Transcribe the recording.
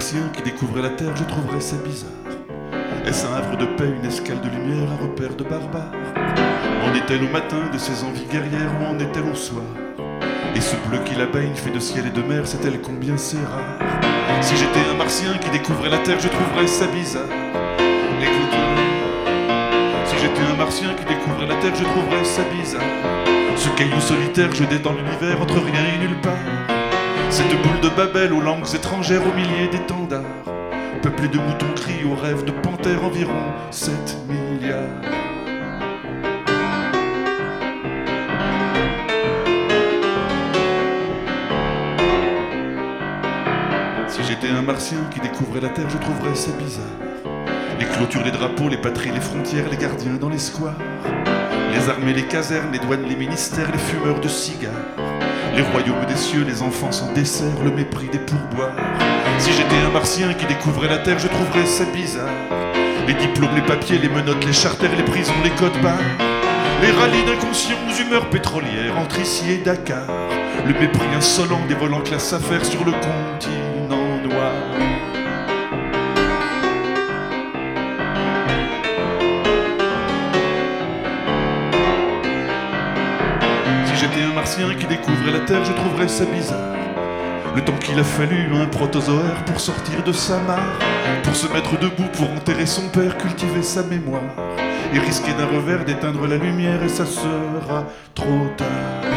martien qui découvrait la terre, je trouverais ça bizarre. Est-ce un havre de paix, une escale de lumière, un repère de barbares? En est-elle au matin de ses envies guerrières, ou en est-elle au soir? Et ce bleu qui la baigne fait de ciel et de mer, sait-elle combien c'est rare? Si j'étais un martien qui découvrait la terre, je trouverais ça bizarre. Écoute, si j'étais un martien qui découvrait la terre, je trouverais ça bizarre. Ce caillou solitaire jeté dans l'univers entre rien et nulle part. Cette boule de Babel aux langues étrangères, aux milliers d'étendards, peuplée de moutons gris, aux rêves de panthères, environ 7 milliards. Si j'étais un martien qui découvrait la terre, je trouverais ça bizarre. Les clôtures, les drapeaux, les patries, les frontières, les gardiens dans les squares, les armées, les casernes, les douanes, les ministères, les fumeurs de cigares, les royaumes des cieux, les enfants sans dessert, le mépris des pourboires. Si j'étais un martien qui découvrait la terre, je trouverais ça bizarre. Les diplômes, les papiers, les menottes, les charters, les prisons, les codes barres, les rallyes d'inconscients aux humeurs pétrolières entre ici et Dakar, le mépris insolent des volants classe affaires sur le continent noir. Si j'étais un martien qui découvrait la terre, je trouverais ça bizarre. Le temps qu'il a fallu à un protozoaire pour sortir de sa mare, pour se mettre debout, pour enterrer son père, cultiver sa mémoire, et risquer d'un revers d'éteindre la lumière, et ça sera trop tard.